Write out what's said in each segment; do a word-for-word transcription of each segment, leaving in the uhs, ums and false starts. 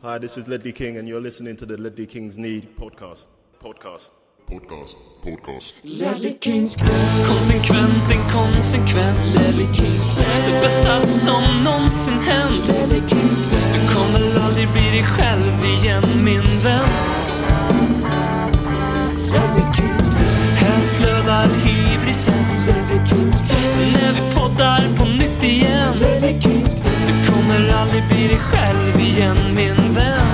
Hi, this is Ledley King and you're listening to the Ledley Kings Need podcast. Podcast. Podcast. Podcast. Ledley Kings knä. Konsekvent, inkonsekvent. Ledley Kings knä. Det bästa som någonsin hänt. Ledley Kings knä. Du kommer aldrig bli dig själv igen, min vän. Ledley Kings knä. Här flödar hybrisen. Ledley Kings knä. När vi poddar på nytt igen. Ledley Kings knä. Du kommer aldrig bli dig själv igen, min vän.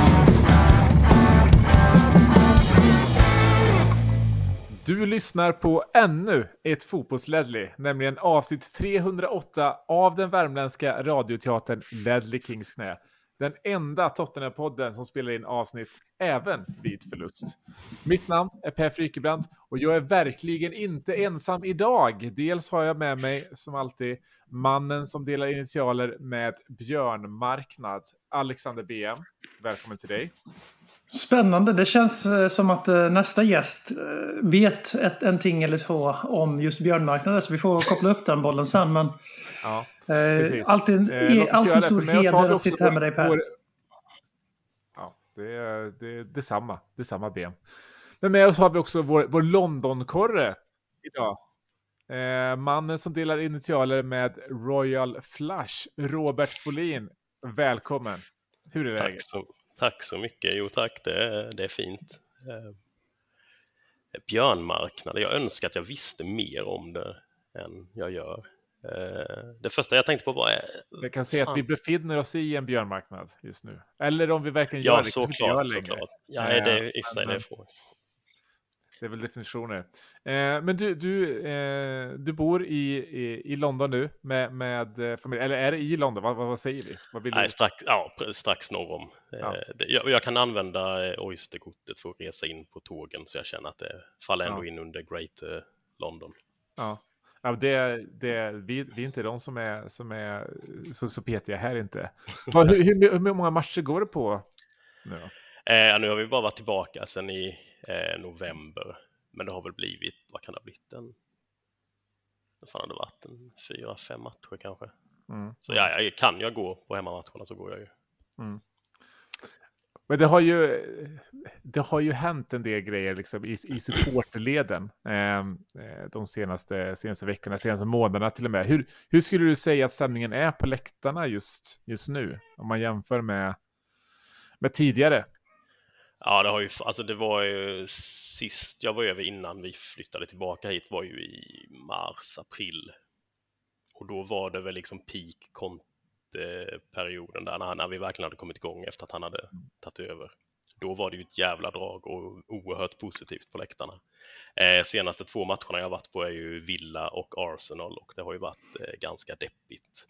Du lyssnar på ännu ett fotbolls-Ledley, nämligen avsnitt trehundraåtta av den värmländska radioteatern Ledley Kings knä. Den enda Tottenham-podden som spelar in avsnitt även vid förlust. Mitt namn är Per Frykebrant och jag är verkligen inte ensam idag. Dels har jag med mig som alltid mannen som delar initialer med Björn Marknad, Alexander B M. Välkommen till dig. Spännande. Det känns eh, som att eh, nästa gäst eh, vet ett, en ting eller två om just björnmarknaden. Så vi får koppla upp den bollen sen. Men Ja, eh, alltid, Eh, låt oss alltid göra det, stor för med oss har vi heder att också sitta här med dig, vår- Per. vår- Ja, det är det, det är samma. Det är samma ben. Men med oss har vi också vår, vår London-korre idag. Eh, mannen som delar initialer med Royal Flush, Robert Folin. Välkommen. Hur är Tack läget? så, tack så mycket. Jo tack, det, är- det är fint. Eh, Björnmarknad, jag önskar att jag visste mer om det än jag gör. Eh, det första jag tänkte på var... eh, Jag kan säga att fan. vi befinner oss i en björnmarknad just nu. Eller om vi verkligen gör Ja, det. kanske inte såklart, gör längre. såklart. Ja, det är Eh, i och för sig men- det frågan. Det är väl definitioner. Eh, men du, du, eh, du bor i, i, i London nu med, med eh, familj. Eller är det i London? Vad, vad, vad säger vi? Vad vill Nej, du? strax, ja, pre- strax norr om. Eh, Ja. det, jag, jag kan använda eh, Oysterkortet för att resa in på tågen, så jag känner att det faller ändå Ja. in under Great eh, London. Ja. Ja, det, det, vi, vi är inte de som är, som är så, så petiga här inte. Vad, hur, hur, hur många matcher går det på nu då? Eh, nu har vi bara varit tillbaka sedan i eh, november. Men det har väl blivit, vad kan det ha blivit? En, vad fan har det varit? En fyra, fem matcher kanske. Mm. Så ja, jag, kan jag gå på hemmamatcherna så går jag ju. Men det har ju det har ju hänt en del grejer liksom i, i supporterleden eh, eh, de senaste, senaste veckorna, senaste månaderna till och med. Hur, hur skulle du säga att stämningen är på läktarna just, just nu? Om man jämför med, med tidigare. Ja, det har ju, alltså det var ju sist jag var över innan vi flyttade tillbaka hit var ju i mars, april. Och då var det väl liksom peak Conte-perioden där när, när vi verkligen hade kommit igång efter att han hade tagit över. Då var det ju ett jävla drag och oerhört positivt på läktarna. Eh, senaste två matcherna jag har varit på är ju Villa och Arsenal och det har ju varit eh, ganska deppigt.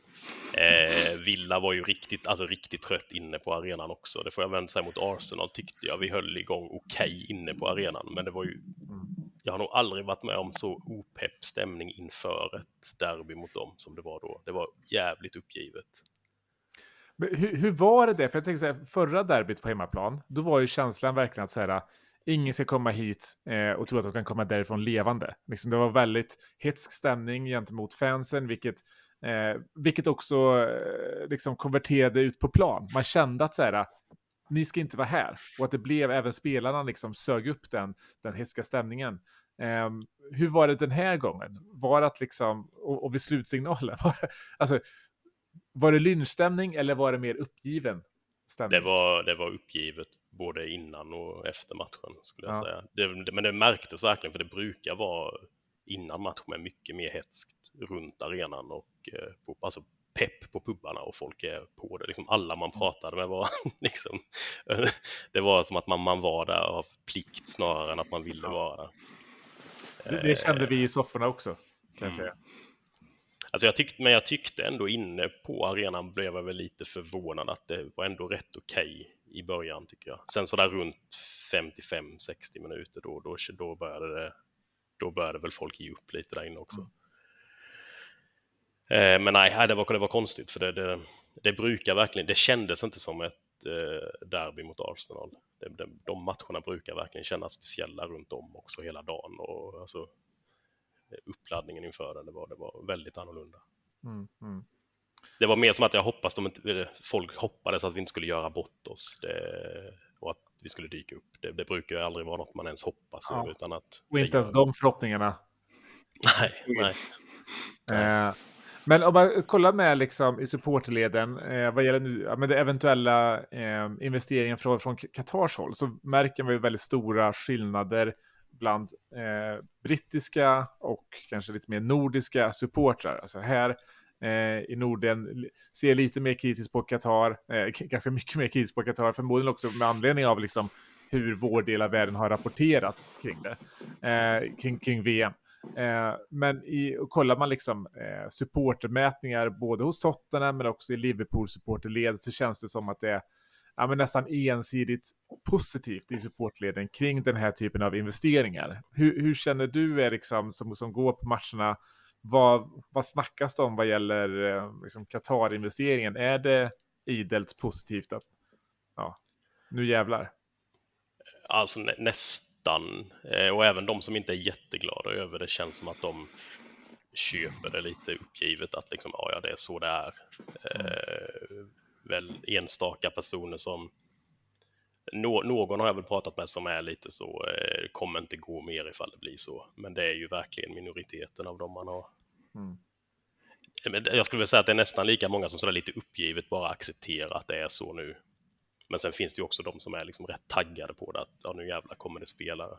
Eh, Villa var ju riktigt, alltså riktigt trött inne på arenan också. Det får jag vända sig mot Arsenal tyckte jag. Vi höll igång okej inne på arenan, men det var ju, jag har nog aldrig varit med om så opepp stämning inför ett derby mot dem som det var då. Det var jävligt uppgivet. Men hur, hur var det det? För jag tänker så här, förra derbyt på hemmaplan, då var ju känslan verkligen att så här, ingen ska komma hit eh, och tro att de kan komma därifrån levande. Liksom, det var väldigt hetsk stämning gentemot fansen, vilket, eh, vilket också eh, liksom konverterade ut på plan. Man kände att så här, ni ska inte vara här. Och att det blev även spelarna liksom sög upp den, den hetska stämningen. Eh, hur var det den här gången? Var det att liksom, och, och vid slutsignalen, var, alltså, var det lynchstämning eller var det mer uppgiven stämning? Det var, det var uppgivet både innan och efter matchen skulle jag Ja. säga. Det, det, men det märktes verkligen, för det brukar vara innan matchen med mycket mer hetskt runt arenan och eh, på, alltså pepp på pubbarna och folk är på det. Liksom alla man pratade med var liksom, det var som att man, man var där av plikt snarare än att man ville vara där. Det, det kände vi i sofforna också, kan jag Mm. säga. Alltså jag tyckte, men jag tyckte ändå inne på arenan blev jag väl lite förvånad att det var ändå rätt okej i början tycker jag. Sen så där runt femtiofem sextio minuter då, då, då, började det, då började väl folk ge upp lite där inne också. Eh, men nej, det var, det var konstigt för det, det, det brukar verkligen, det kändes inte som ett eh, derby mot Arsenal. Det, det, de matcherna brukar verkligen kännas speciella runt om också hela dagen och alltså uppladdningen inför den, det var, det var väldigt annorlunda. Mm, mm. det var mer som att jag hoppas de inte, folk hoppades att vi inte skulle göra bort oss det, och att vi skulle dyka upp. Det, det brukar ju aldrig vara något man ens hoppas Ja. över, utan att Och inte det ens gör- de förhoppningarna. Nej, nej. Eh, men om man kollar med liksom i supportleden eh, vad gäller nu, ja, men det eventuella eh, investeringen från, från Qatars håll, så märker man ju väldigt stora skillnader bland eh, brittiska och kanske lite mer nordiska supportrar. Alltså här eh, i Norden ser lite mer kritiskt på Qatar, eh, g- ganska mycket mer kritiskt på Qatar, förmodligen också med anledning av liksom hur vår del av världen har rapporterat kring det, eh, kring, kring V M. Eh, men i, och kollar man liksom eh, supportermätningar både hos Tottenham men också i Liverpool supporterled, så känns det som att det är ja, men nästan ensidigt positivt i supportleden kring den här typen av investeringar. Hur, hur känner du Eriksson som, som går på matcherna? Vad, vad snackas det om vad gäller eh, liksom Qatar-investeringen? Är det idelt positivt att ja, nu jävlar? Alltså nä- nästan, eh, och även de som inte är jätteglada över det känns som att de köper det lite uppgivet att liksom, ja, ja det är så det är. Eh, väl enstaka personer som nå- någon har jag väl pratat med som är lite så, eh, kommer inte gå mer ifall det blir så, men det är ju verkligen minoriteten av dem man har. Mm. Men jag skulle vilja säga att det är nästan lika många som sådär lite uppgivet bara accepterar att det är så nu. Men sen finns det ju också de som är liksom rätt taggade på det, att ja, nu jävlar kommer det spelare.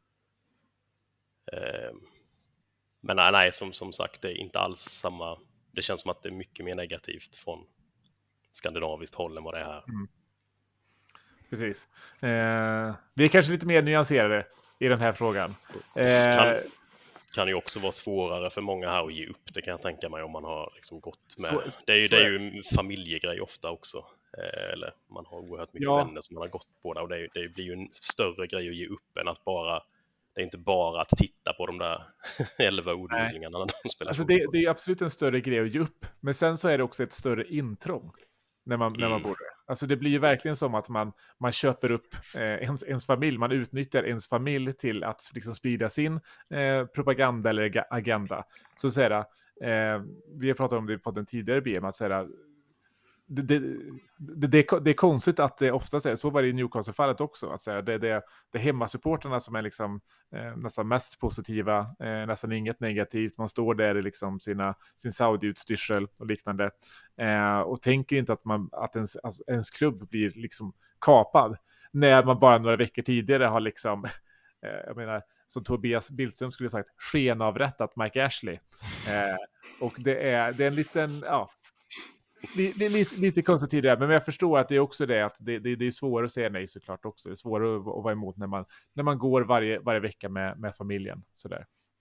Eh, men nej, nej som, som sagt, det är inte alls samma. Det känns som att det är mycket mer negativt från skandinaviskt håll än vad det är här. Precis. Eh, vi är kanske lite mer nyanserade i den här frågan. Eh, Kan, kan ju också vara svårare för många här att ge upp, det kan jag tänka mig, om man har liksom gått med. Så- det är ju, så det är är ju en familjegrej ofta också. Eh, eller man har oerhört mycket Ja. vänner som man har gått på det, och det, är, ju- det blir ju en större grej att ge upp än att bara. Det är inte bara att titta på de där elva odlingarna när de spelar Alltså fotboll. det, det är absolut en större grej att ge upp. Men sen så är det också ett större intrång när man, när man Mm. bor där. Alltså det blir ju verkligen som att man, man köper upp eh, ens, ens familj. Man utnyttjar ens familj till att liksom sprida sin eh, propaganda eller ga- agenda. Så säger eh, vi har pratat om det på den tidigare B M, att säga det, det, det, det, det är konstigt att det ofta är så. Var det i Newcastle-fallet också, att säga det, det, det är hemmasupporterna som är liksom eh, nästan mest positiva, eh, nästan inget negativt. Man står där i liksom sina, sin Saudi-utstyrsel och liknande eh, och tänker inte att, man, att ens, alltså, ens klubb blir liksom kapad när man bara några veckor tidigare har liksom eh, jag menar, som Tobias Billström skulle sagt, skenavrättat Mike Ashley. Eh, och det är, det är en liten, ja, det, det är lite, lite konstigt tidigare, men jag förstår att det är också det att det, det, det är svårare att säga nej såklart också. Det är svårare att, att vara emot när man, när man går varje, varje vecka med, med familjen. Sådär.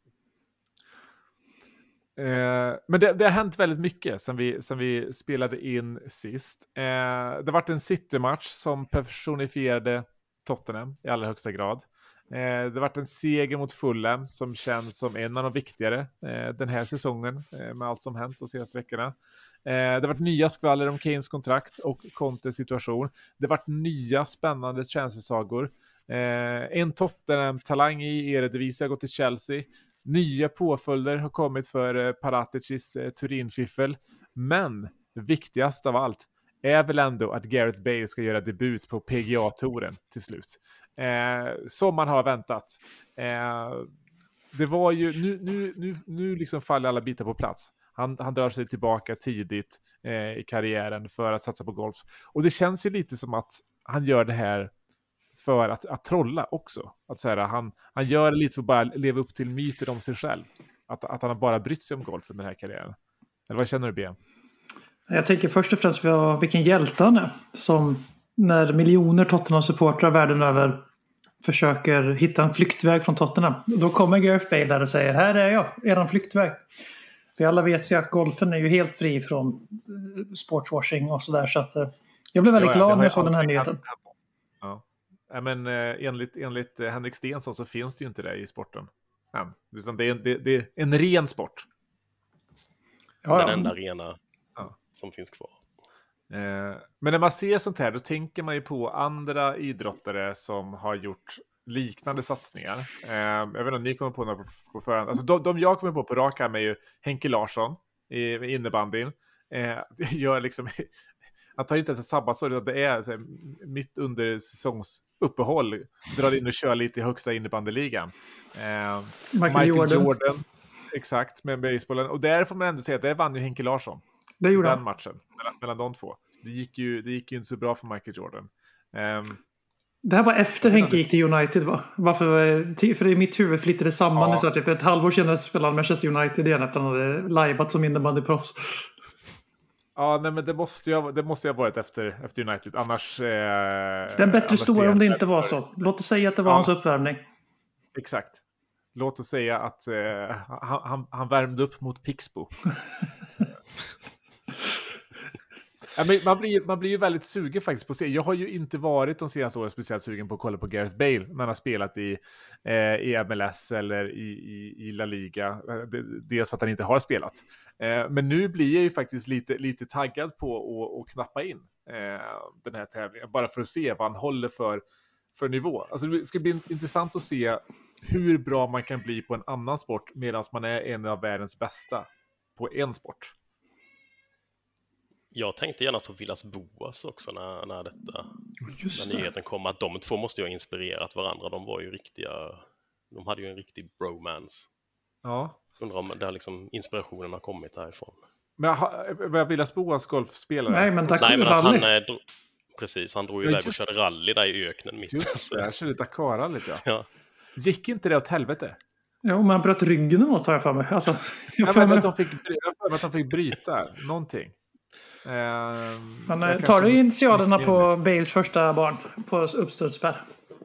Eh, men det, det har hänt väldigt mycket sen vi, sen vi spelade in sist. Eh, det har varit en City-match som personifierade Tottenham i allra högsta grad. Eh, det har varit en seger mot Fulham som känns som en av de viktigare eh, den här säsongen eh, med allt som hänt de senaste veckorna. Eh, det har varit nya skvaller om Kanes kontrakt och Contes situation. Det har varit nya spännande transfersagor. Eh, en Tottenham-talang i Eredivisie har gått till Chelsea. Nya påföljder har kommit för eh, Paraticis eh, Turin-fiffel. Men viktigast av allt är väl ändå att Gareth Bale ska göra debut på P G A-touren till slut. Eh, som man har väntat. Eh, det var ju, nu, nu, nu, nu liksom faller alla bitar på plats. Han, han drar sig tillbaka tidigt eh, i karriären för att satsa på golf. Och det känns ju lite som att han gör det här för att, att trolla också. Att säga, han, han gör det lite för att bara leva upp till myter om sig själv. Att, att han har bara brytt sig om golf under den här karriären. Eller vad känner du, B M? Jag tänker först och främst på vilken hjälte han är. Som när miljoner Tottenham-supportrar världen över försöker hitta en flyktväg från Tottenham. Då kommer Gareth Bale där och säger, här är jag, eran flyktväg. Vi alla vet ju att golfen är ju helt fri från sportswashing och sådär. Så att jag blev väldigt Ja, ja, glad det har när ju jag såg den här alltid nyheten. hänt. Ja. Ja, men eh, enligt, enligt eh, Henrik Stensson så finns det ju inte det i sporten. Ja. Det, är, det, det är en ren sport. Ja, Den ja. enda arena Ja. som finns kvar. Eh, men när man ser sånt här, då tänker man ju på andra idrottare som har gjort liknande satsningar. Eh, jag vet inte om ni kommer på några på, på förhand. Alltså de, de jag kommer på på rak arm är ju Henke Larsson i, i innebandyn. eh, gör liksom han tar inte ens ett sabbatsår, utan det är så här, mitt under säsongsuppehåll drar in och kör lite i högsta innebandyligan. Eh, Michael, Michael Jordan. Jordan, exakt, med basebollen. Och där får man ändå säga att det vann ju Henke Larsson. Det gjorde den han. matchen, mellan, mellan de två. Det gick, ju, det gick ju inte så bra för Michael Jordan. Eh, Det här var efter Henke gick till United, va? Varför? För i mitt huvud flyttade samman. Ja. Så här, typ ett halvår senare spelade han Manchester United igen efter att han hade lajbat som innebandyproffs. Ja, nej, men det måste ju ha, det måste ju ha varit efter, efter United. Annars... Eh, Det är en bättre annars historia om det är- inte var så. Låt oss säga att det var Ja. hans uppvärmning. Exakt. Låt oss säga att eh, han, han, han värmde upp mot Pixbo. Ja, men man, blir, man blir ju väldigt sugen faktiskt på att se. Jag har ju inte varit de senaste åren speciellt sugen på att kolla på Gareth Bale när han har spelat i, eh, i M L S eller i, i, i La Liga. Eh, det- Dels för att han inte har spelat. Eh, men nu blir jag ju faktiskt lite, lite taggad på att, att knappa in eh, den här tävlingen. Bara för att se vad han håller för, för nivå. Alltså, det ska bli intressant att se hur bra man kan bli på en annan sport medan man är en av världens bästa på en sport. Jag tänkte gärna på Villas Boas också när, när detta Just när det. nyheten kom, att de två måste ju ha inspirerat varandra. De var ju riktiga, de hade ju en riktig bromance. Ja. Undrar om det har liksom inspirationen har kommit härifrån. Men ha- Villas Boas golfspelare? Nej, men Dakar Nej, men att Rally. han eh, dro- precis, han drog ju Ja, iväg och just körde rally där i öknen mitt. Just det, jag körde Dakar lite, ja. Ja. Gick inte det åt helvete? Jo, men han bröt ryggen eller något har jag för mig. Alltså, jag Jag har för för mig mig. att de fick, jag har för mig att de fick bryta någonting. Ehm, Men jag eh, kanske tar du miss- initialerna missminner mig. på Bales första barn på uppstudsspärr?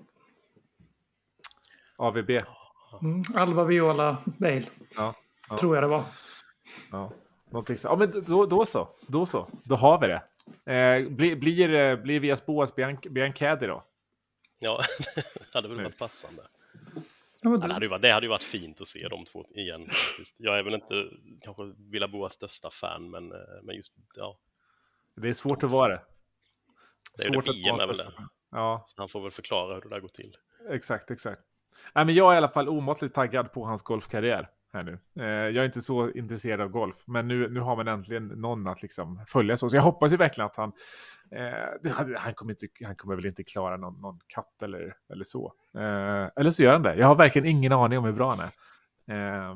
A V B. Mm. Alba Viola Bale, Ja, ja, tror jag det var. ja. Någonting så. Ja, men då, då så. Då så. Då har vi det. Eh, blir, blir, eh, blir Villas Boas Bian- Biancadi då? Ja, det hade väl varit passande. Ja, men Ja, det, hade ju varit, det hade ju varit fint att se de två igen faktiskt. Jag är väl inte kanske Villa Boas största fan, men, eh, men just, ja, Det är svårt att vara det. det är ju Svårt det att V M vara är väl så- det. Ja, Så han får väl förklara hur det där går till. exakt, exakt. Nej, men jag är i alla fall omåttligt taggad på hans golfkarriär här nu. Eh, jag är inte så intresserad av golf, men nu, nu har man äntligen någon att liksom följa så. Så jag hoppas ju verkligen att han eh, det- han, kommer inte, han kommer väl inte klara någon, någon katt eller, eller så. Eh, eller så gör han det. Jag har verkligen ingen aning om hur bra han är. Eh,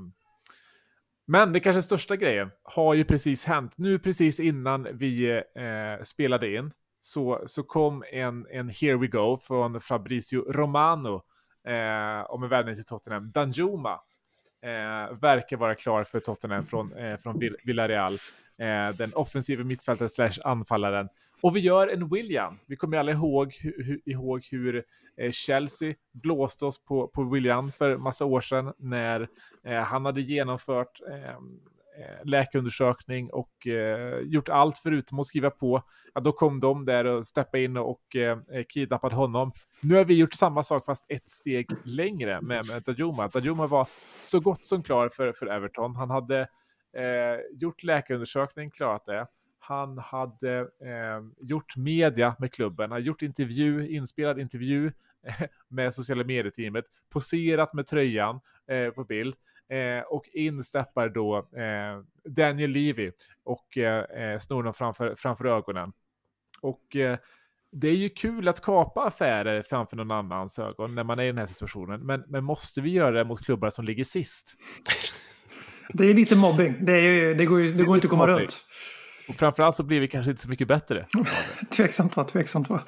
men det kanske största grejen har ju precis hänt. Nu precis innan vi eh, spelade in så, så kom en, en Here We Go från Fabrizio Romano eh, om en värvning till Tottenham. Danjuma eh, verkar vara klar för Tottenham från, eh, från Vill- Villarreal. Eh, den offensiva mittfältaren slash anfallaren. Och vi gör en William. Vi kommer alla ihåg, hu- hu- ihåg hur eh, Chelsea blåste oss på, på William för massa år sedan när eh, han hade genomfört eh, eh, läkarundersökning och eh, gjort allt förutom att skriva på. Ja, då kom de där och steppade in och eh, kidnappade honom. Nu har vi gjort samma sak fast ett steg längre med, med Danjuma. Danjuma var så gott som klar för, för Everton. Han hade eh, gjort läkarundersökning, klarat det. Han hade eh, gjort media med klubben, han gjort intervju, inspelad intervju med sociala medieteamet, poserat med tröjan eh, på bild eh, och insteppar då eh, Daniel Levy och eh, snor dem framför, framför ögonen. Och eh, det är ju kul att kapa affärer framför någon annans ögon när man är i den här situationen, men, men måste vi göra det mot klubbar som ligger sist? Det är lite mobbing. Det, är ju, det går ju det går inte att komma mobbing. runt. Och framförallt så blir vi kanske inte så mycket bättre. Tveksamt va, tveksamt va.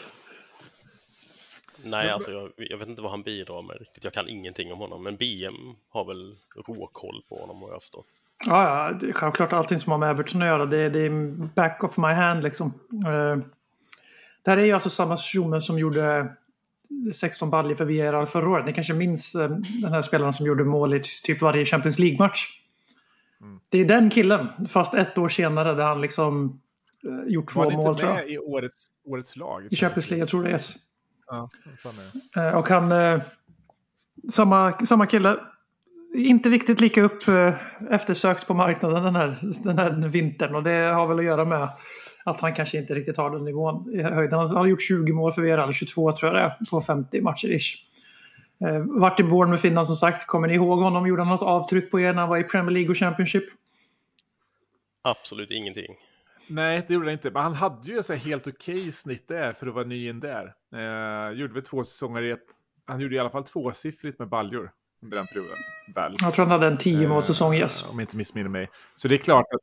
Nej, alltså jag, jag vet inte vad han bidrar med riktigt. Jag kan ingenting om honom, men B M har väl råkoll på honom, har jag förstått. Ja, ja, det är självklart allting som har med Everton att göra. Det, det är back of my hand liksom. Uh, det här är ju alltså samma person som gjorde sexton baljor för Villarreal förra året. Ni kanske minns uh, den här spelaren som gjorde mål i typ varje Champions League-match. Mm. Det är den killen, fast ett år senare där han liksom uh, gjort två mål, mål tror jag. Var inte med i årets, årets lag? I Champions League, jag tror det är. Ja, fan är det. Uh, och han, uh, samma, samma kille, inte riktigt lika upp uh, eftersökt på marknaden den här, den här vintern. Och det har väl att göra med att han kanske inte riktigt har den nivån i höjden. Han har gjort tjugo mål för Villarreal, tjugotvå tror jag det är, på femtio matcher ish. Eh, vart i Bournemouth med Finland som sagt. Kommer ni ihåg honom? Gjorde han något avtryck på er när han var i Premier League och Championship? absolut ingenting. Nej, det gjorde han inte. Men han hade ju så här helt okej snitt där för att vara ny in där. Eh, gjorde väl två säsonger i ett... Han gjorde i alla fall tvåsiffrigt med baljor under den perioden. Väl. Jag tror han hade en tio målsäsong, yes. Eh, om jag inte missminner mig. Så det är klart att...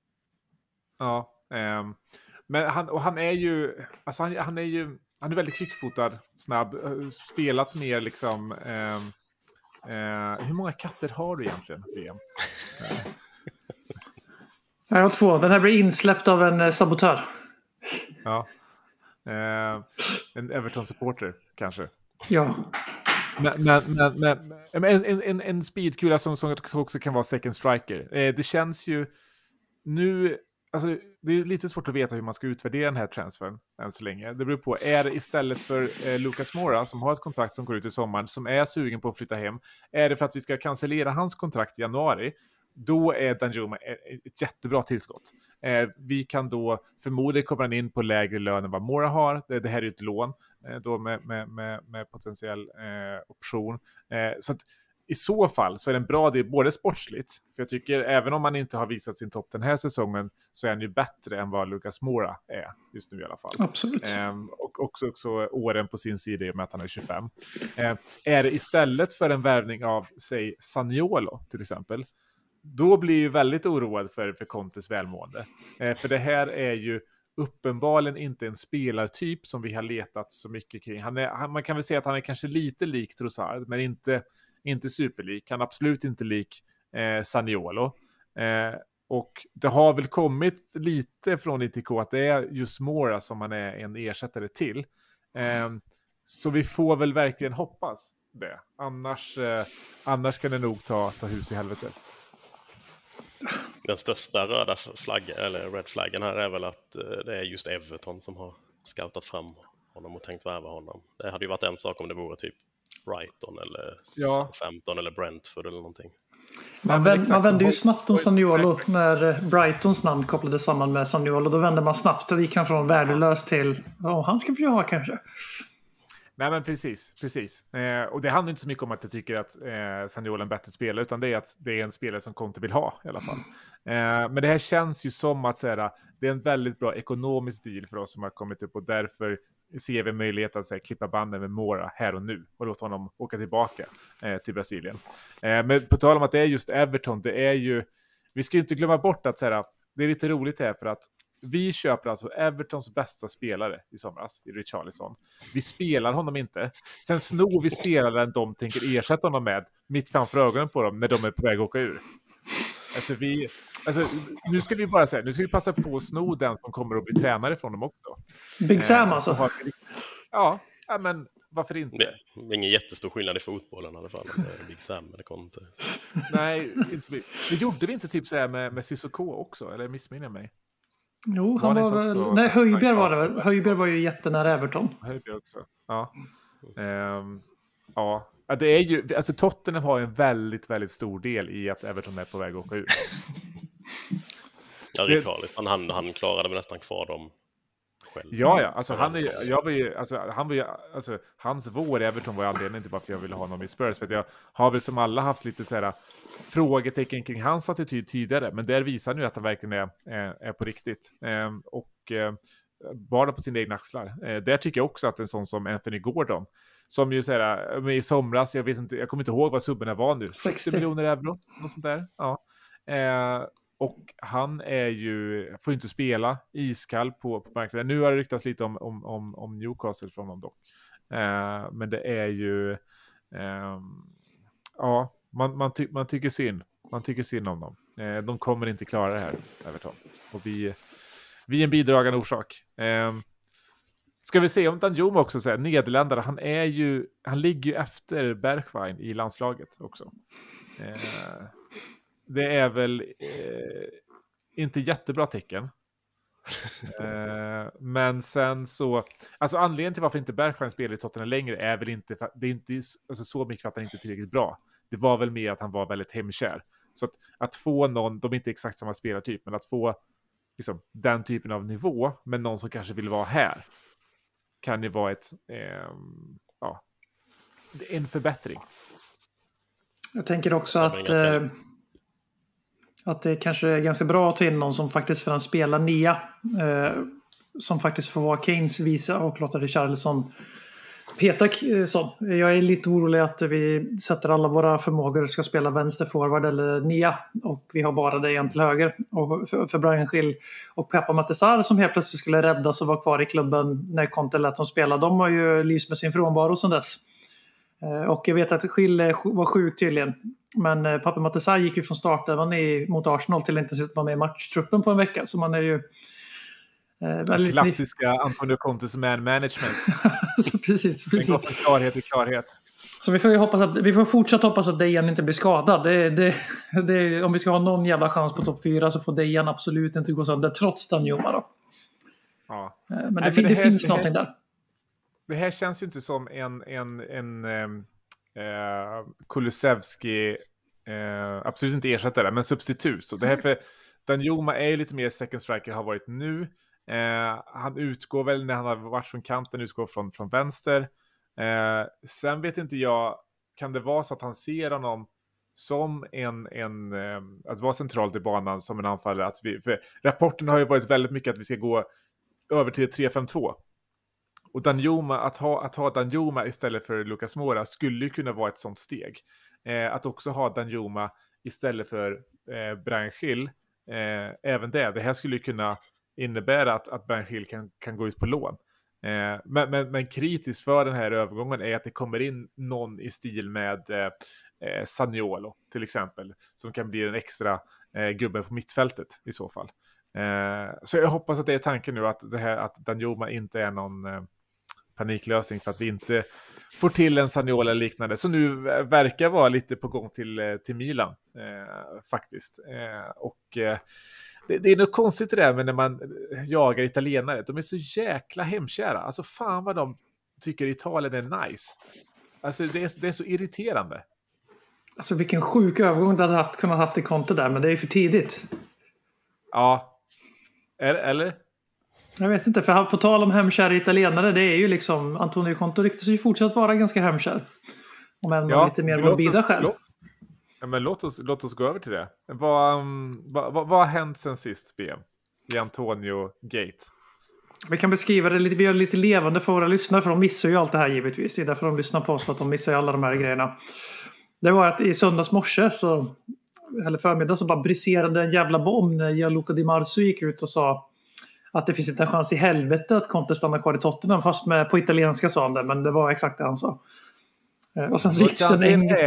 Ja. Eh, men han, och han är ju... Alltså han, han är ju... Han är väldigt kvickfotad, snabb. Spelat mer liksom... Eh, eh, hur många katter har du egentligen, V M? Eh. Jag har två. Den här blir insläppt av en eh, sabotör. Ja. Eh, en Everton-supporter, kanske. Ja. Men, men, men, men, men en, en, en speedkula som, som också kan vara second striker. Eh, det känns ju nu... Alltså, det är lite svårt att veta hur man ska utvärdera den här transfern än så länge. Det beror på, är det istället för eh, Lucas Moura som har ett kontrakt som går ut i sommaren, som är sugen på att flytta hem, är det för att vi ska cancellera hans kontrakt i januari, då är Danjuma ett jättebra tillskott. Eh, vi kan då förmodligen komma in på lägre lön än vad Moura har. Det, det här är ett lån eh, då med, med, med, med potentiell eh, option. Eh, så att i så fall så är det en bra del, både sportsligt, för jag tycker även om man inte har visat sin topp den här säsongen så är han ju bättre än vad Lucas Moura är just nu i alla fall. Absolut. Ehm, och också, också åren på sin sida i och med att han är tjugofem. Ehm, är det istället för en värvning av, säg, Zaniolo till exempel, då blir ju väldigt oroad för, för Contes välmående. Ehm, för det här är ju uppenbarligen inte en spelartyp som vi har letat så mycket kring. Han är, han, man kan väl säga att han är kanske lite lik Trossard, men inte Inte superlik, han är absolut inte lik eh, Zaniolo. Eh, och det har väl kommit lite från I T K att det är just Moura som man är en ersättare till. Eh, så vi får väl verkligen hoppas det. Annars, eh, annars kan det nog ta, ta hus i helvetet. Den största röda flaggan, eller red flaggen här är väl att eh, det är just Everton som har scoutat fram honom och tänkt värva honom. Det hade ju varit en sak om det vore typ Brighton eller Ja. femton eller Brentford eller någonting. Man, Ja, vänd, exakt. man vände ju snabbt om Oj. Zaniolo när Brightons namn kopplades samman med Zaniolo. Då vände man snabbt och gick han från värdelös till oh, han ska vi ha kanske. Nej men precis, precis. Eh, och det handlar inte så mycket om att jag tycker att eh, Zaniolo är en bättre spelare, utan det är att det är en spelare som Conte vill ha i alla fall. Eh, men det här känns ju som att säga, det är en väldigt bra ekonomisk deal för oss som har kommit upp, och därför ser vi möjlighet att säga, klippa banden med Moura här och nu och låta honom åka tillbaka eh, till Brasilien. Eh, men på tal om att det är just Everton, det är ju, vi ska ju inte glömma bort att säga, det är lite roligt här för att vi köper alltså Evertons bästa spelare i somras, i Richarlison. Vi spelar honom inte. Sen snor vi spelaren de tänker ersätta honom med mitt framför ögonen på dem när de är på väg att åka ur. Alltså vi, alltså nu ska vi bara säga, nu ska vi passa på att sno den som kommer att bli tränare från dem också. Big Sam Eh, alltså. så har vi- Ja, ja, men varför inte? Det är ingen jättestor skillnad i fotbollen i alla fall. Det är Big Sam eller Conte. Nej, inte så mycket. Det gjorde vi inte typ så här med, med Sissoko också, eller missminner jag mig? Jo, Var han det var inte väl... också- Nej, Höjbjerg var det väl. Höjbjerg var ju jättenära Everton. Höjbjerg också. Ja. Ehm, ja. Ja, det är ju, alltså Tottenham har ju en väldigt, väldigt stor del i att Everton är på väg att åka ut. Ja, Det- Richarlison, han, han klarade väl nästan kvar dem själv. Ja, ja, alltså han, är, jag var ju, alltså, han var ju, alltså, hans vår i Everton var ju anledningen till varför jag ville ha honom i Spurs. För att jag har väl som alla haft lite så här frågetecken kring hans attityd tidigare. Men där visar han ju att han verkligen är, är, är på riktigt. Ehm, och eh, bara på sina egna axlar. Eh, där tycker jag också att en sån som Anthony Gordon, som ju så här, i somras, jag vet inte, jag kommer inte ihåg vad subben var nu. sextio sextio miljoner euro, något sånt där. Ja. Eh, och han är ju, får inte spela iskall på, på marknaden. Nu har det ryktats lite om, om, om, om Newcastle från dem dock. Eh, men det är ju eh, ja, man, man, ty, man tycker synd. Man tycker synd om dem. Eh, de kommer inte klara det här, Everton. Och vi, vi är en bidragande orsak. Eh, ska vi se om Danjuma också säger, Nederländare, han är ju, han ligger ju efter Bergwijn i landslaget också. Eh, det är väl eh, inte jättebra tecken. eh, men sen så, alltså anledningen till varför inte Bergwijn spelar i Tottenham längre är väl inte, för, det är inte alltså, så mycket för att han inte är tillräckligt bra. Det var väl mer att han var väldigt hemkär. Så att, att få någon, de är inte exakt samma spelartyp, men att få liksom, den typen av nivå, men någon som kanske vill vara här, kan ju vara ett eh, ja, en förbättring. Jag tänker också Det var att ganska- eh, att det kanske är ganska bra att ta in någon som faktiskt för att spela nia. Eh, som faktiskt får vara Kanes visa och låta Richarlison peta eh, så. Jag är lite orolig att vi sätter alla våra förmågor ska spela vänster forward eller nia. Och vi har bara det en till höger. Och för, för Brian Schill och Peppa Mattesar som helt plötsligt skulle räddas och vara kvar i klubben när Conte lät dem spela. De har ju lyst med sin frånvaro sedan dess. Eh, och jag vet att Schill var sjuk tydligen. Men eh, Peppa Mattesar gick ju från start även i, mot Arsenal till att inte vara med i matchtruppen på en vecka. Så man är ju Eh, klassiska Antonio Contes man management. så precis, precis. Den går från klarhet i klarhet. Så vi får ju hoppas att vi får fortsätta hoppas att Dejan inte blir skadad. Det, det, det, om vi ska ha någon jävla chans på topp fyra så får Dejan absolut inte gå sönder trots Danjuma då. Ja. Men det, Nej, fin, men det, det här, finns det någonting här, där. Det här känns ju inte som en en en eh, Kulusevski eh, absolut inte ersättare men substitut. Så det här för Danjuma är ju lite mer second striker har varit nu. Eh, han utgår väl när han har varit från kanten utgår från, från vänster eh, sen vet inte jag kan det vara så att han ser honom som en, en eh, att vara centralt i banan som en anfallare att vi, för rapporten har ju varit väldigt mycket att vi ska gå över till tre fem två och Danjuma, att ha, att ha Danjuma istället för Lucas Moura skulle ju kunna vara ett sånt steg eh, att också ha Danjuma istället för eh, Brian Schill eh, även det, det här skulle ju kunna innebär att, att Ben Hill kan, kan gå ut på lån. Eh, men, men, men kritiskt för den här övergången är att det kommer in någon i stil med eh, Zaniolo till exempel. Som kan bli en extra eh, gubbe på mittfältet i så fall. Eh, så jag hoppas att det är tanken nu att, det här, att Danjuma inte är någon eh, paniklösning för att vi inte får till en Zaniolo eller liknande. Så nu verkar vara lite på gång till, till Milan eh, faktiskt. Eh, och eh, Det, det är något konstigt det där med när man jagar italienare. De är så jäkla hemkära. Alltså fan vad de tycker Italien är nice. Alltså det är, det är så irriterande. Alltså vilken sjuk övergång du hade haft, kunnat haft i Conte där. Men det är för tidigt. Ja. Eller? Jag vet inte. För på tal om hemkära italienare. Det är ju liksom Antonio Conte ryktas ju fortsatt vara ganska hemkär. Om än ja, lite mer morbida själv. Låt, ja, men låt oss, låt oss gå över till det. Vad, um, vad, vad, vad har hänt sen sist B M? I Antonio Gate? Vi kan beskriva det lite, vi gör det lite levande för våra lyssnare. För de missar ju allt det här givetvis. Det är därför de lyssnar på oss. För att de missar ju alla de här grejerna. Det var att i söndags morse så, eller förmiddag så bara briserade en jävla bomb när Gianluca Di Marzio gick ut och sa att det finns inte en chans i helvete att Conte stannar kvar i Tottenham. Fast med, på italienska sa han det, men det var exakt det han sa. Och sen så gick det en engelsk...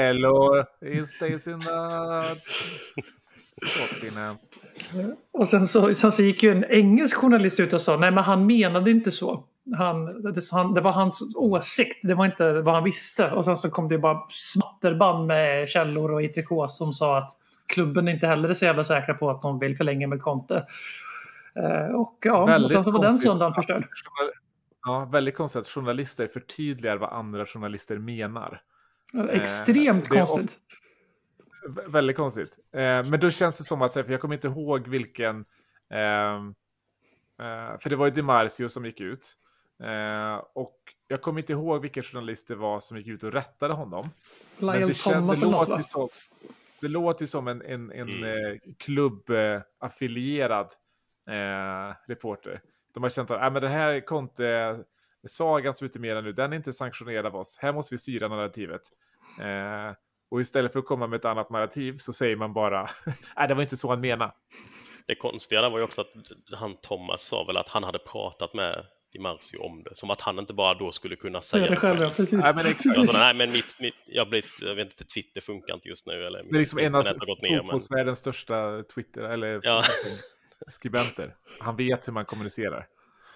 Och sen så, sen så gick ju en engelsk journalist ut och sa nej men han menade inte så. Han, det, han, det var hans åsikt, det var inte vad han visste. Och sen så kom det bara smatterband med källor och I T K som sa att klubben inte heller är så jävla säkra på att de vill förlänga med Conte. Uh, och, ja, och sen så var den söndagen förstörd. Ja, väldigt konstigt att journalister förtydligar vad andra journalister menar. Extremt eh, konstigt. Ofta, väldigt konstigt. Eh, men då känns det som att, för jag kommer inte ihåg vilken, eh, eh, för det var ju Di Marzio som gick ut. Eh, och jag kommer inte ihåg vilken journalist det var som gick ut och rättade honom. Lyle Thomas det, det, låter som, det låter ju som en, en, en mm. eh, klubbaffilierad eh, reporter. De har känt att äh, men det här Conte sagan som ute mer nu, den är inte sanktionerad av oss. Här måste vi styra narrativet. Eh, och istället för att komma med ett annat narrativ så säger man bara nej, det var inte så han menade. Det konstiga var ju också att han Thomas sa väl att han hade pratat med Di Marzio om det. Som att han inte bara då skulle kunna säga ja, det själv. Ja, precis. Nej, men exakt. Alltså, nej, men mitt, mitt, jag, blivit, jag vet inte, Twitter funkar inte just nu. Eller det är liksom en av fotbollsvärldens men... största Twitter eller ja. skribenter. Han vet hur man kommunicerar.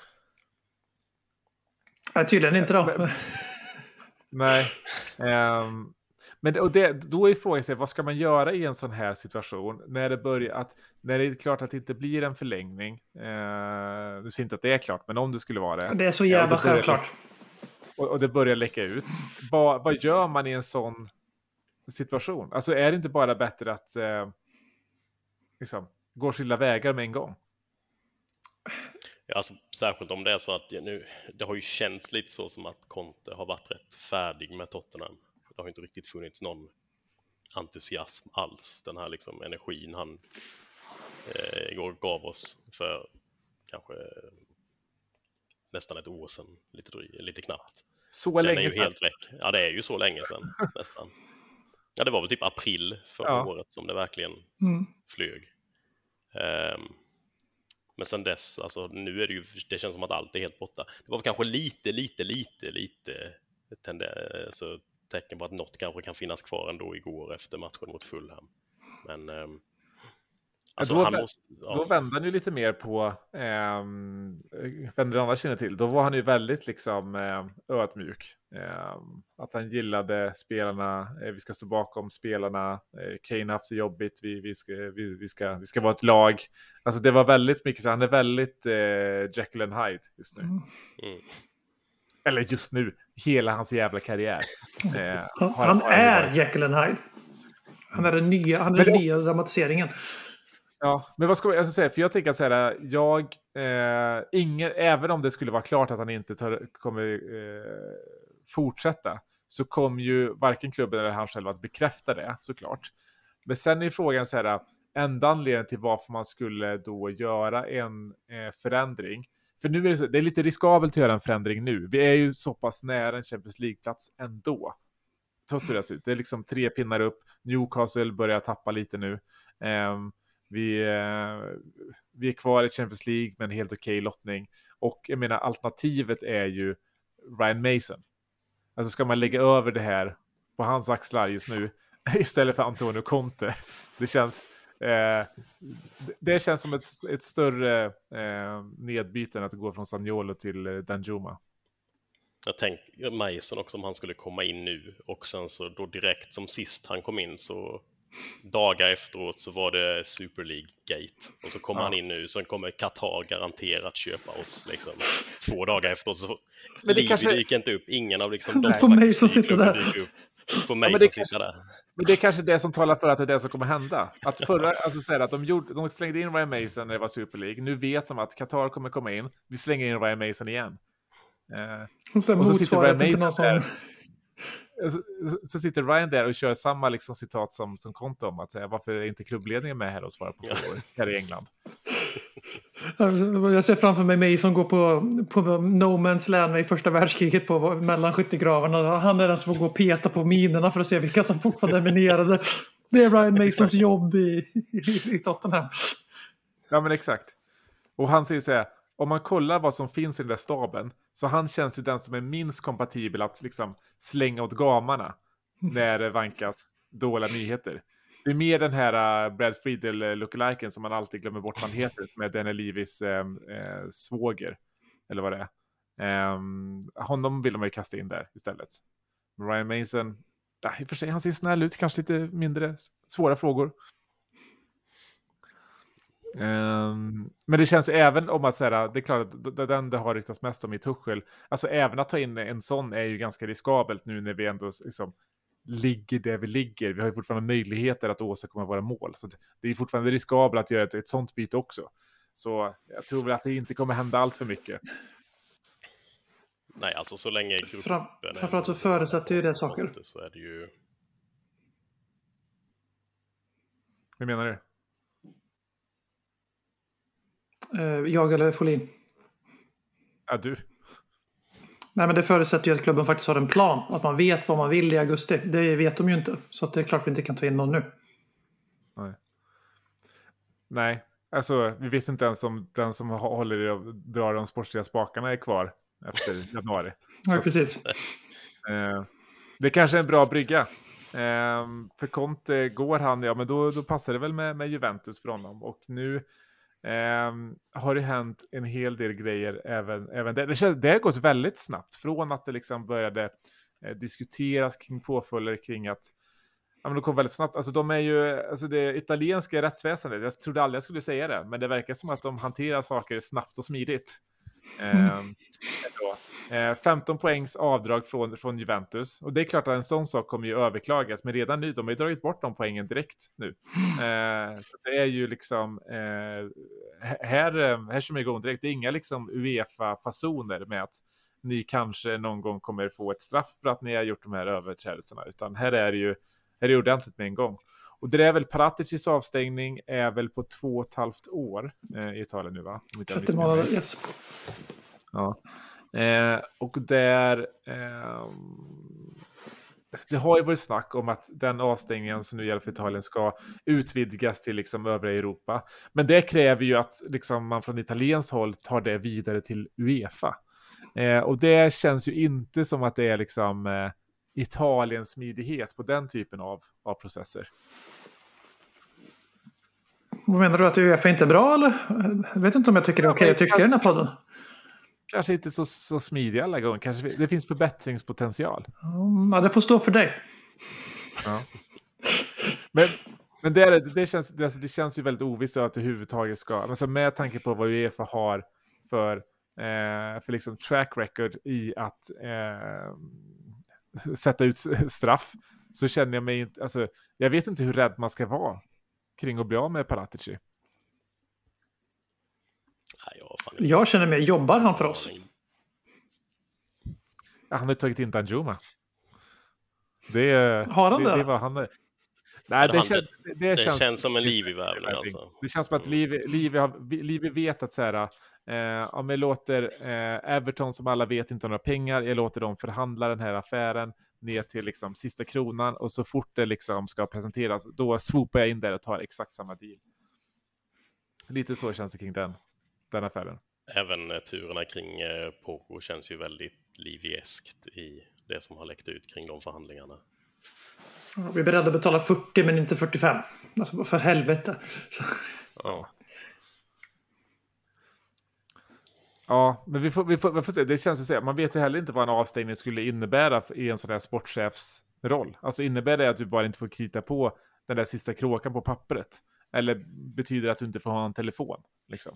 Ja, tydligen inte då. Men, nej. Um, men och det, då är frågan sig, vad ska man göra i en sån här situation? När det börjar att, när det är klart att det inte blir en förlängning. Uh, du ser inte att det är klart, men om det skulle vara det. Det är så jävla ja, självklart. Och, och det börjar läcka ut. Va, vad gör man i en sån situation? Alltså är det inte bara bättre att uh, liksom, gå skilda vägar med en gång? Ja, alltså, särskilt om det är så att nu, det har ju känts lite så som att Conte har varit rätt färdig med Tottenham. Det har inte riktigt funnits någon entusiasm alls. Den här liksom energin han eh, igår gav oss för kanske nästan ett år sedan, lite, dry, lite knappt. Så Den länge är ju sedan. helt väck. Ja, det är ju så länge sedan nästan. Ja, det var väl typ april förra Ja. året som det verkligen Mm. flög. Um, men sen dess, alltså nu är det ju, det känns som att allt är helt borta. Det var kanske lite, lite, lite, lite tende, alltså, tecken på att något kanske kan finnas kvar ändå igår efter matchen mot Fulham. Men um, alltså då, han måste... Ja. Då vände han ju lite mer på ehm, vände andra känner till. Då var han ju väldigt liksom eh, ödmjuk. Eh, att han gillade spelarna, eh, vi ska stå bakom spelarna, eh, Kane har haft det jobbigt, vi, vi, ska, vi, vi, ska, vi ska vara ett lag. Alltså det var väldigt mycket så, han är väldigt eh, Jekyll and Hyde just nu. Mm. Mm. Eller just nu, hela hans jävla karriär. Eh, Han, har- han har är varit. Jekyll and Hyde. Han är den nya, han är Men den det- nya dramatiseringen. Ja, men vad ska jag alltså säga? För jag tänker att säga, jag, eh, ingen, även om det skulle vara klart att han inte tar, kommer eh, fortsätta, så kommer ju varken klubben eller han själv att bekräfta det, såklart. Men sen är frågan så här, enda anledningen till varför man skulle då göra en eh, förändring. För nu är det, så, det är lite riskabelt att göra en förändring nu. Vi är ju så pass nära en Champions League-plats ändå. Trots hur det ser ut. Det är liksom tre pinnar upp. Newcastle börjar tappa lite nu. Um, Vi, eh, vi är kvar i Champions League med en helt okej lottning. Och jag menar, alternativet är ju Ryan Mason. Alltså ska man lägga över det här på hans axlar just nu istället för Antonio Conte. Det känns, eh, det känns som ett, ett större eh, nedbyte än att gå från Zaniolo till eh, Danjuma. Jag tänker Mason också, om han skulle komma in nu och sen så då direkt som sist han kom in så dagar efteråt så var det Super League-gate och så kommer Ja. han in nu, så kommer Qatar garanterat köpa oss liksom två dagar efteråt, så Men det Livi kanske- dyker inte upp, ingen av liksom de Får som faktiskt Mason styr sitta klubben där? dyker upp. Får men Mason det sitta kanske- där. Men det är kanske det som talar för att det är det som kommer hända. Att förra, alltså säga att de, gjorde, de slängde in Ryan Mason när det var Super League. Nu vet de att Qatar kommer komma in. Vi slänger in Ryan Mason igen. Eh, Och sen Och så sitter Ryan motsvaret till någon Mason som... så, så sitter Ryan där och kör samma liksom citat som, som Conte om att säga varför är inte klubbledningen med här och svarar på frågor här i England. Jag ser framför mig Mason gå på, på No Man's Land i första världskriget på mellan skyttegravarna. Han är den som får gå och peta på minerna för att se vilka som fortfarande är minerade. Det är Ryan Masons jobb i, i, i Tottenham. Ja, men exakt. Och han säger så här, om man kollar vad som finns i den där staben, så han känns ju den som är minst kompatibel att liksom slänga åt gamarna när det vankas dåliga nyheter. Det är mer den här uh, Brad Friedel lookaliken som man alltid glömmer bort vad han heter, som är Daniel Levis eh, eh, svåger, eller vad det är. Um, honom vill de ju kasta in där istället. Ryan Mason, ja, i och för sig, han ser snäll ut, kanske lite mindre svåra frågor. Um, men det känns ju även om att säga, det är klart att d- den det har ryktats mest om i Tuchel, alltså även att ta in en sån är ju ganska riskabelt nu när vi ändå liksom ligger där vi ligger. Vi har ju fortfarande möjligheter att åstadkomma våra mål, så det är fortfarande riskabelt att göra ett, ett sånt byte också. Så jag tror väl att det inte kommer hända allt för mycket. Nej, alltså så länge gruppen Fram, är- framförallt så förutsätter ju det saker. så är det ju Hur menar du? Eh, Jag eller Folin. Ja, du. Nej, men det förutsätter ju att klubben faktiskt har en plan. Att man vet vad man vill i augusti. Det vet de ju inte. Så att det är klart vi inte kan ta in någon nu. Nej. Nej, alltså vi vet inte ens om den som hå- håller i och drar de sportsliga spakarna är kvar efter januari. Ja, precis. Eh, det kanske är en bra brygga. Eh, för Conte går han, ja men då, då passar det väl med, med Juventus för honom. Och nu eh, har det hänt en hel del grejer även, även där. Det, känns, det har gått väldigt snabbt från att det liksom började eh, diskuteras kring påföljder kring att ja, men det kom väldigt snabbt. Alltså de är ju, alltså det italienska rättsväsendet, jag trodde aldrig jag skulle säga det, men det verkar som att de hanterar saker snabbt och smidigt. Eh, då. Eh, femton poängs avdrag från, från Juventus. Och det är klart att en sån sak kommer ju överklagas. Men redan nu, de har ju dragit bort de poängen direkt nu. Eh, så det är ju liksom eh, här, här som är igång direkt. Det är inga liksom UEFA-fasoner med att ni kanske någon gång kommer få ett straff för att ni har gjort de här överträdelserna. Utan här är det ju är det ordentligt med en gång. Och det är väl Paraticis avstängning är väl på två och ett halvt år eh, i Italien nu, va? Om inte jag trettio missminner mig. månader, yes. Ja. Eh, och där eh, det har ju varit snack om att den avstängningen som nu gäller för Italien ska utvidgas till liksom övriga Europa. Men det kräver ju att liksom man från italienskt håll tar det vidare till UEFA. Eh, och det känns ju inte som att det är liksom eh, Italiens smidighet på den typen av, av processer. Vad menar du, att UEFA inte är bra eller? Jag vet inte om jag tycker det är okej okay. att tycka i den här podden. Kanske inte så, så smidiga alla gånger. Kanske det finns förbättringspotential. Ja, det får stå för dig. Ja. Men, men det, är, det, känns, det, alltså, det känns ju väldigt ovisst att det överhuvudtaget ska... Alltså med tanke på vad UEFA har för, eh, för liksom track record i att eh, sätta ut straff, så känner jag mig inte... Alltså, jag vet inte hur rädd man ska vara kring att bli av med Paratici. Jag känner mig, jobbar han för oss? Ja, han har tagit in Danjuma. Det är, har han det? Det, det var han. Nej, det, han, kän, det, det, det känns, känns som en Livi-värvning alltså. Det känns som att Livi, Livi, har, Livi vet att så här, eh, om jag låter eh, Everton, som alla vet inte har några pengar, jag låter dem förhandla den här affären ner till liksom sista kronan, och så fort det liksom ska presenteras, då swoopar jag in där och tar exakt samma deal. Lite så känns det kring den, den affären. Även turerna kring eh, Pogo känns ju väldigt Livieskt i det som har läckt ut kring de förhandlingarna. Vi är beredda att betala fyrtio men inte fyrtiofem. Alltså för helvete. Så. Ja. Ja, men vi får, vi får, vi får se. Det känns ju så. Man vet ju heller inte vad en avstängning skulle innebära i en sån där sportchefs roll. Alltså innebär det att du bara inte får krita på den där sista kråkan på pappret? Eller betyder det att du inte får ha en telefon? Liksom?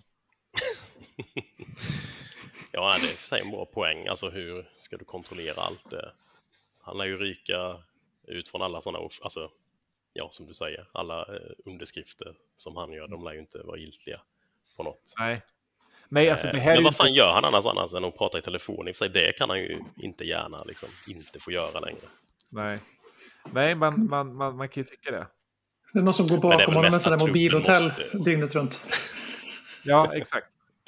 Ja, det är för sig en bra poäng. Alltså hur ska du kontrollera allt det? Han lär ju ryka ut från alla sådana, alltså, ja som du säger, alla underskrifter som han gör, de lär ju inte vara giltiga på något. Nej. Nej, alltså det här Men vad är fan inte... gör han annars annars än att prata i telefon? I och för sig, det kan han ju inte gärna liksom, inte få göra längre. Nej, Nej man, man, man, man kan ju tycka det. Det är någon som går bakom honom med sådana mobilhotell måste... dygnet runt. Ja, exakt.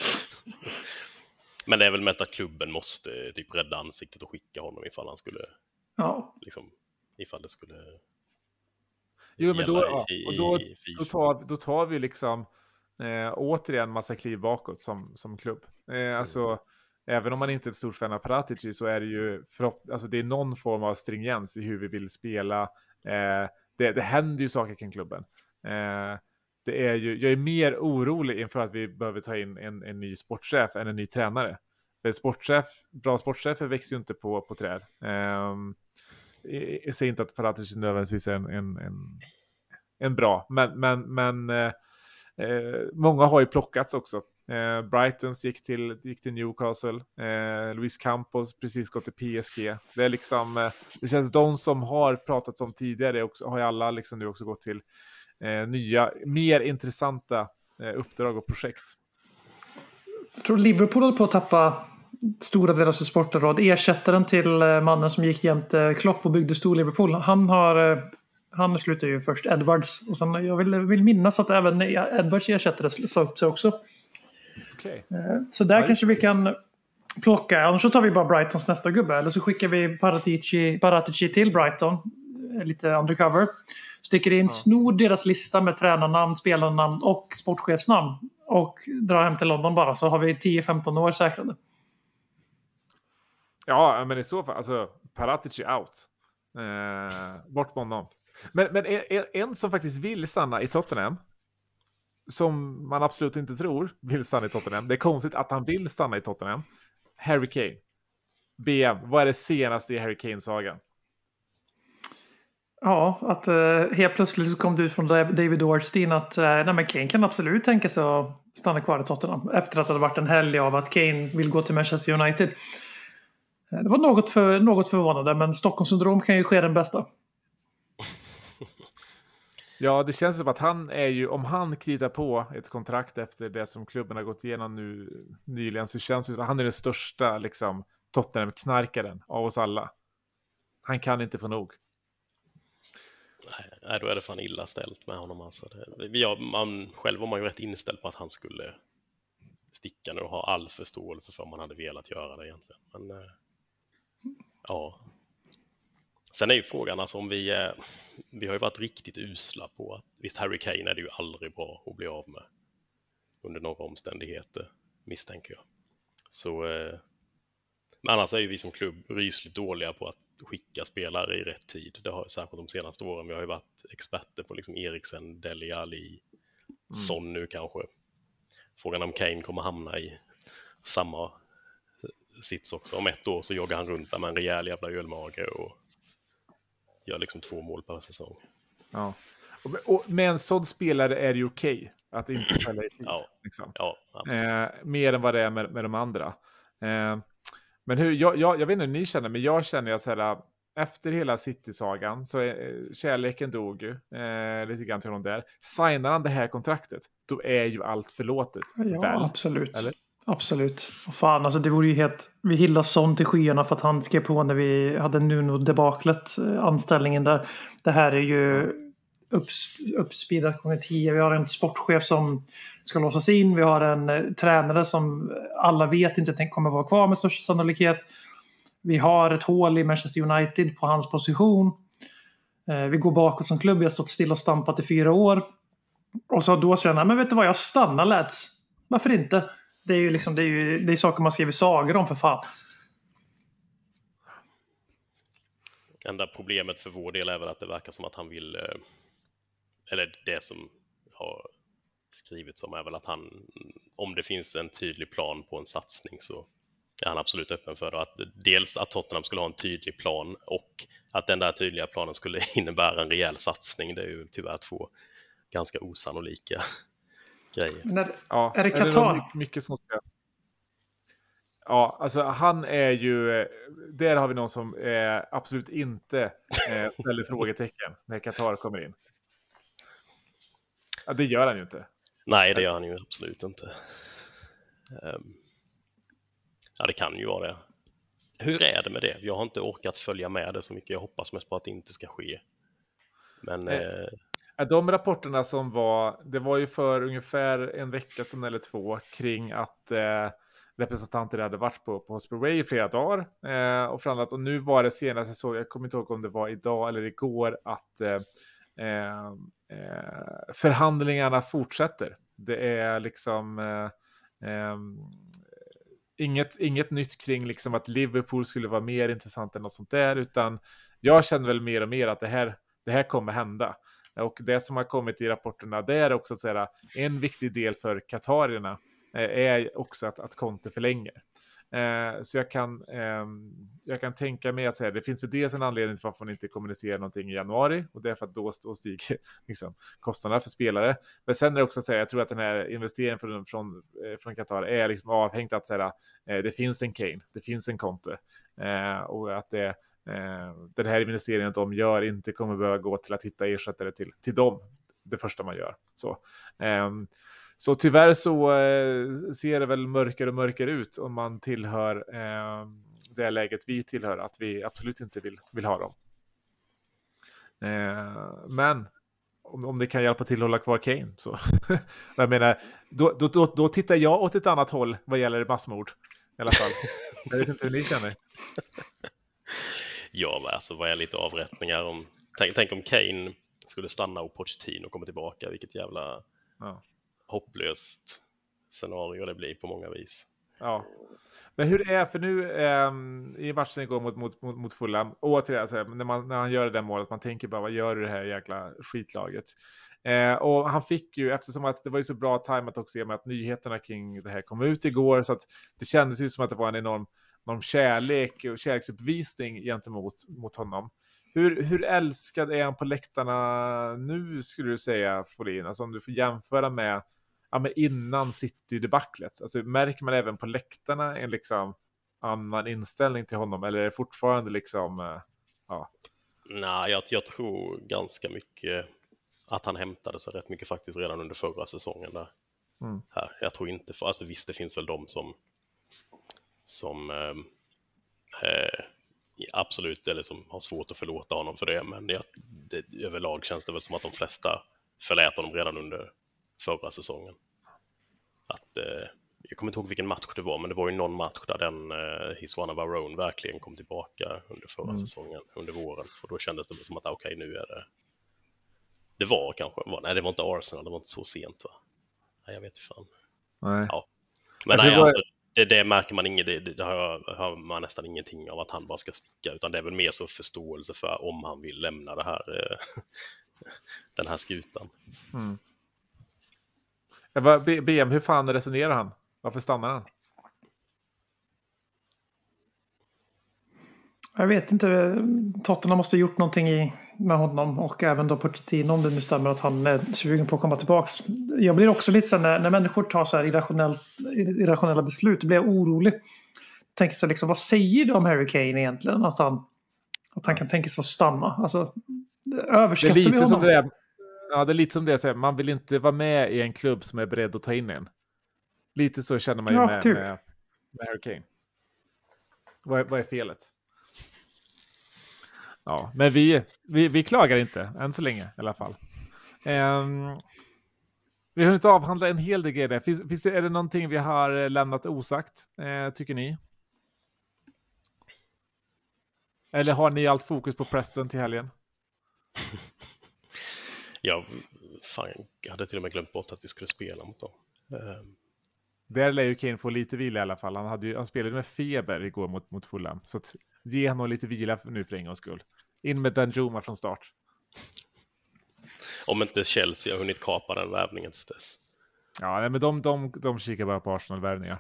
Men det är väl mest att klubben måste typ rädda ansiktet och skicka honom ifall han skulle, ja. liksom, ifall det skulle. Jo, men då, ja, i, och då, i då, tar, då tar vi liksom eh, återigen massa kliv bakåt som, som klubb. Eh, alltså, mm. Även om man inte är ett stort fan av Paratici, så är det ju förhopp- alltså, det är någon form av stringens i hur vi vill spela. Eh, det, det händer ju saker kring klubben. Eh, det är ju, jag är mer orolig inför att vi behöver ta in en, en ny sportchef än en ny tränare. För sportchef, bra sportchefer växer ju inte på, på träd. Eh, jag säger inte att Paratici nödvändigtvis är en, en, en, en bra, men, men, men eh, många har ju plockats också. Eh, Brightons gick till, gick till Newcastle, eh, Luis Campos precis gått till P S G. Det är liksom, eh, det känns de som har pratats om tidigare också, har ju alla liksom nu också gått till eh, nya, mer intressanta eh, uppdrag och projekt. Jag tror Liverpool håller på att tappa stora delar av sin sportråd. Ersättaren till mannen som gick jämte Klopp och byggde stor Liverpool, han har han slutade ju först Edwards, och sen jag vill, vill minnas att även Edwards ersättare sa upp sig också. Okay. Så där ja, kanske vi kan plocka, annars så tar vi bara Brightons nästa gubbe, eller så skickar vi Paratici, Paratici till Brighton lite undercover, sticker in, ja. snor deras lista med tränarnamn, spelarnamn och sportchefsnamn och drar hem till London bara, så har vi tio femton år säkrade. Ja, men i så fall, alltså Paratici out. Eh, bort på honom. Men, men en, en som faktiskt vill stanna i Tottenham, som man absolut inte tror vill stanna i Tottenham. Det är konstigt att han vill stanna i Tottenham. Harry Kane. B M, vad är det senaste i Harry Kane-sagan? Ja, att uh, helt plötsligt så kom det ut från David Ornstein att uh, nej, men Kane kan absolut tänka sig att stanna kvar i Tottenham efter att det hade varit en helg av att Kane vill gå till Manchester United. Uh, det var något, för, något förvånande, men Stockholmssyndrom kan ju ske den bästa. Ja, det känns som att han är ju, om han kritar på ett kontrakt efter det som klubben har gått igenom nu nyligen, så känns det som att han är den största liksom, Tottenham-knarkaren av oss alla. Han kan inte få nog. Nej, då är det fan illa ställt med honom alltså. Det, vi har, man, själv var man ju rätt inställd på att han skulle sticka nu och ha all förståelse för om man hade velat göra det egentligen. Men eh, ja. Sen är ju frågan alltså om vi eh, vi har ju varit riktigt usla på att visst, Harry Kane är det ju aldrig bra att bli av med under några omständigheter, misstänker jag. Så eh, men annars är ju vi som klubb rysligt dåliga på att skicka spelare i rätt tid. Det har särskilt de senaste åren. Vi har ju varit experter på liksom Eriksen, Dele Alli, mm. Son nu kanske. Frågan om Kane kommer hamna i samma sits också. Om ett år så joggar han runt där med en rejäl jävla ölmage och gör liksom två mål per säsong. Ja. Och, och med en sån spelare är det ju okej okay att inte sälja i tid. Ja, liksom. ja, eh, mer än vad det är med, med de andra. Eh, men hur, jag, jag, jag vet inte hur ni känner, men jag känner att så här, efter hela City-sagan så är, kärleken dog ju eh, lite grann till honom där. Signar han det här kontraktet, då är ju allt förlåtet. Ja, väl? absolut. Eller? Absolut. Och fan, alltså det vore ju helt... Vi hyllar Son till skyarna för att han skrev på när vi hade Nuno-debaklet, anställningen där. Det här är ju upps, uppspeedat gånger tio. Vi har en sportchef som ska låsas in. Vi har en eh, tränare som alla vet inte kommer vara kvar med största sannolikhet. Vi har ett hål i Manchester United på hans position. Eh, vi går bakåt som klubb. Vi har stått still och stampat i fyra år. Och så då känner jag, men vet du vad, jag stannar lads. Varför inte? Det är ju liksom, det är ju det är saker man skriver sagor om för fan. Enda problemet för vår del är väl att det verkar som att han vill, eller det som har skrivits om är väl att han, om det finns en tydlig plan på en satsning så är han absolut öppen för det. Att dels att Tottenham skulle ha en tydlig plan och att den där tydliga planen skulle innebära en rejäl satsning. Det är ju tyvärr två ganska osannolika grejer. När, ja, är det Qatar? Mycket, mycket som ska... Ja, alltså han är ju... Där har vi någon som eh, absolut inte eh, ställer frågetecken när Qatar kommer in. Ja, det gör han ju inte. Nej, det gör han ju absolut inte. Um, ja, det kan ju vara det. Hur är det med det? Jag har inte orkat följa med det så mycket. Jag hoppas mest på att det inte ska ske. Men... Eh, De rapporterna som var, det var ju för ungefär en vecka sedan eller två kring att eh, representanter hade varit på, på Hospital i flera dagar eh, och framförallt, och nu var det senaste så jag kommer inte ihåg om det var idag eller igår att eh, eh, förhandlingarna fortsätter. Det är liksom eh, eh, inget, inget nytt kring liksom att Liverpool skulle vara mer intressant än något sånt där, utan jag känner väl mer och mer att det här, det här kommer hända. Och det som har kommit i rapporterna, det är också att säga, en viktig del för katarierna eh, är också att, att Conte förlänger. Eh, så jag kan, eh, jag kan tänka mig att säga, det finns ju dels en anledning till varför man inte kommunicerar någonting i januari, och det är för att då, då stiger liksom, kostnaderna för spelare. Men sen är det också att säga, jag tror att den här investeringen från, från, eh, från Qatar är liksom avhängt att säga, eh, det finns en Kane, det finns en Conte, eh, och att det Eh, den här investeringen de gör inte kommer behöva gå till att hitta ersättare till, till dem det första man gör. Så, eh, så tyvärr så eh, ser det väl mörkare och mörkare ut om man tillhör eh, det läget vi tillhör, att vi absolut inte vill, vill ha dem. Eh, men om, om det kan hjälpa till att hålla kvar Kane så jag menar, då, då, då, då tittar jag åt ett annat håll vad gäller massmord i alla fall. Jag vet inte hur ni känner. Ja, alltså vad är lite avrättningar om... Tänk, tänk om Kane skulle stanna och Pochettino kommer tillbaka. Vilket jävla ja. hopplöst scenario det blir på många vis. Ja. Men hur är för nu eh, i matchen igår mot, mot, mot, mot Fulham, återigen, alltså, när, man, när han gör det där målet, man tänker bara, vad gör du det här jäkla skitlaget? Eh, och han fick ju, eftersom att det var ju så bra tajmat också med att nyheterna kring det här kom ut igår, så att det kändes ju som att det var en enorm någon kärlek och kärleksuppvisning gentemot mot honom. Hur, hur älskad är han på läktarna nu, skulle du säga, Folin? Alltså om du får jämföra med, ja, med innan City-debaclet. Alltså märker man även på läktarna en liksom annan inställning till honom, eller är det fortfarande liksom, ja? Nej, jag, jag tror ganska mycket att han hämtade sig rätt mycket faktiskt redan under förra säsongen där. Mm. Här. Jag tror inte, för, alltså visst det finns väl de som som eh, absolut eller som har svårt att förlåta honom för det, men jag, det, överlag känns det väl som att de flesta förlät honom redan under förra säsongen. Att, eh, jag kommer inte ihåg vilken match det var, men det var ju någon match där den eh, He's One of Our Own verkligen kom tillbaka under förra mm. säsongen, under våren. Och då kändes det som att okej, okay, nu är det... Det var kanske... Var, nej, det var inte Arsenal, det var inte så sent, va? Nej, jag vet inte fan. Nej. Ja. Men nej, var... alltså, det, det märker man inget, det, det har, har man nästan ingenting av att han bara ska sticka, utan det är väl mer så förståelse för om han vill lämna det här eh, den här skutan. Mm. Var, B M, hur fan resonerar han? Varför stannar han? Jag vet inte. Tottenham måste ha gjort någonting i, med honom och även då Pochettino, om det nu stämmer att han är sugen på att komma tillbaks. Jag blir också lite så när, när människor tar så här irrationell, irrationella beslut, då blir jag orolig. Jag tänker så liksom, vad säger de om Harry Kane egentligen? Alltså han, att han kan tänka sig att stanna. Alltså, överskattar det är lite vi honom? Som det är. Ja, det är lite som det jag säger. Man vill inte vara med i en klubb som är beredd att ta in en. Lite så känner man ju ja, med, typ. med, med Harry Kane. Vad är, vad är felet? Ja, men vi, vi, vi klagar inte, än så länge i alla fall. Um, vi har hunnit avhandla en hel del grejer. Finns, finns, är det någonting vi har lämnat osagt, eh, tycker ni? Eller har ni allt fokus på Preston till helgen? Ja, fan, jag hade till och med glömt bort att vi skulle spela mot dem. Um. Där lär ju Kane få lite vila i alla fall. Han, hade ju, han spelade med feber igår mot, mot Fulham. Så att ge honom lite vila nu för en gångs skull. In med Danjuma från start. Om inte Chelsea har hunnit kapa den värvningen till dess. Ja, men de, de, de kikar bara på Arsenal-värvningar.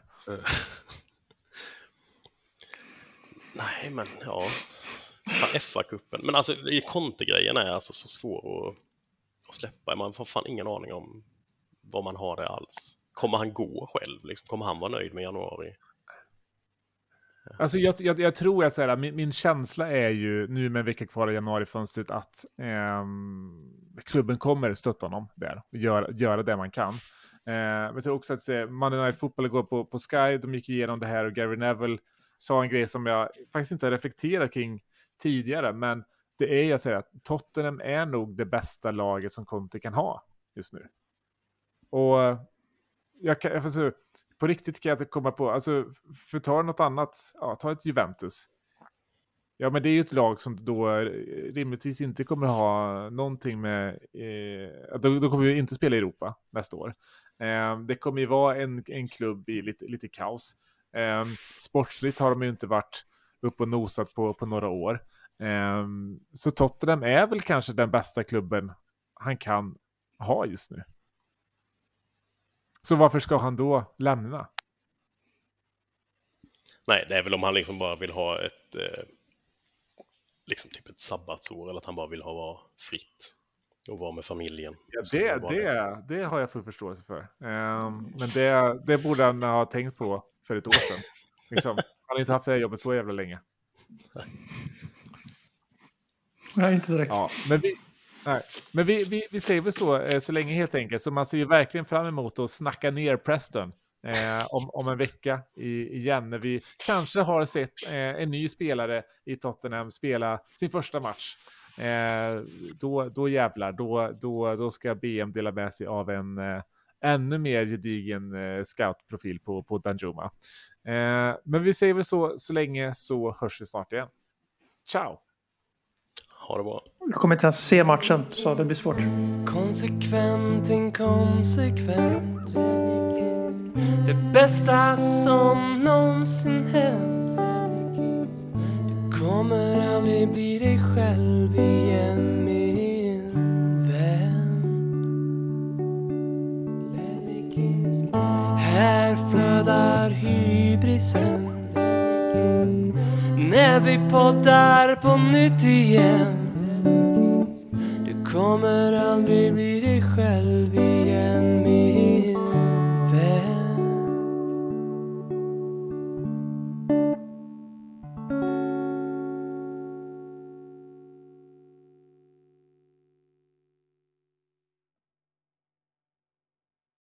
Nej, men ja. F A-cupen. Men alltså, Conte-grejen är alltså så svår att, att släppa. Man får fan ingen aning om vad man har det alls. Kommer han gå själv? Liksom? Kommer han vara nöjd med januari? Alltså jag, jag, jag tror att så här, min, min känsla är ju nu med en vecka kvar i januarifönstret att eh, klubben kommer stötta honom där och gör, göra det man kan. Eh, men jag tror också att eh, Monday Night Football går på, på Sky, de gick igenom det här och Gary Neville sa en grej som jag faktiskt inte har reflekterat kring tidigare, men det är ju att säga att Tottenham är nog det bästa laget som Conte kan ha just nu. Och jag kan, alltså, på riktigt kan jag inte komma på, alltså för ta något annat, ja, ta ett Juventus. Ja, men det är ju ett lag som då rimligtvis inte kommer ha någonting med, eh, då, då kommer vi inte spela i Europa nästa år. Eh, det kommer ju vara en, en klubb i lite, lite kaos. Eh, sportsligt har de ju inte varit upp och nosat på, på några år. Eh, så Tottenham är väl kanske den bästa klubben han kan ha just nu. Så varför ska han då lämna? Nej, det är väl om han liksom bara vill ha ett eh, liksom typ ett sabbatsår, eller att han bara vill ha vara fritt och vara med familjen. Ja, det, det, det har jag full förståelse för. Um, men det, det borde han ha tänkt på för ett år sedan. Liksom, han har inte haft det här jobbet så jävla länge. Nej, inte direkt. Ja, men vi... Nej, men vi, vi, vi säger väl så, så länge helt enkelt. Så man ser ju verkligen fram emot att snacka ner Preston eh, om, om en vecka i, igen. När vi kanske har sett eh, en ny spelare i Tottenham spela sin första match. Eh, då, då jävlar, då, då, då ska B M dela med sig av en eh, ännu mer gedigen eh, scoutprofil på, på Danjuma. Eh, men vi säger väl så, så länge, så hörs vi snart igen. Ciao! Ha det bra. Jag kommer inte ens se matchen, så det blir svårt. Konsekvent, inkonsekvent. Det bästa som någonsin hänt. Du kommer aldrig bli dig själv igen, min vän. Här flödar hybrisen. När vi poddar på nytt igen. Du kommer aldrig bli dig själv igen.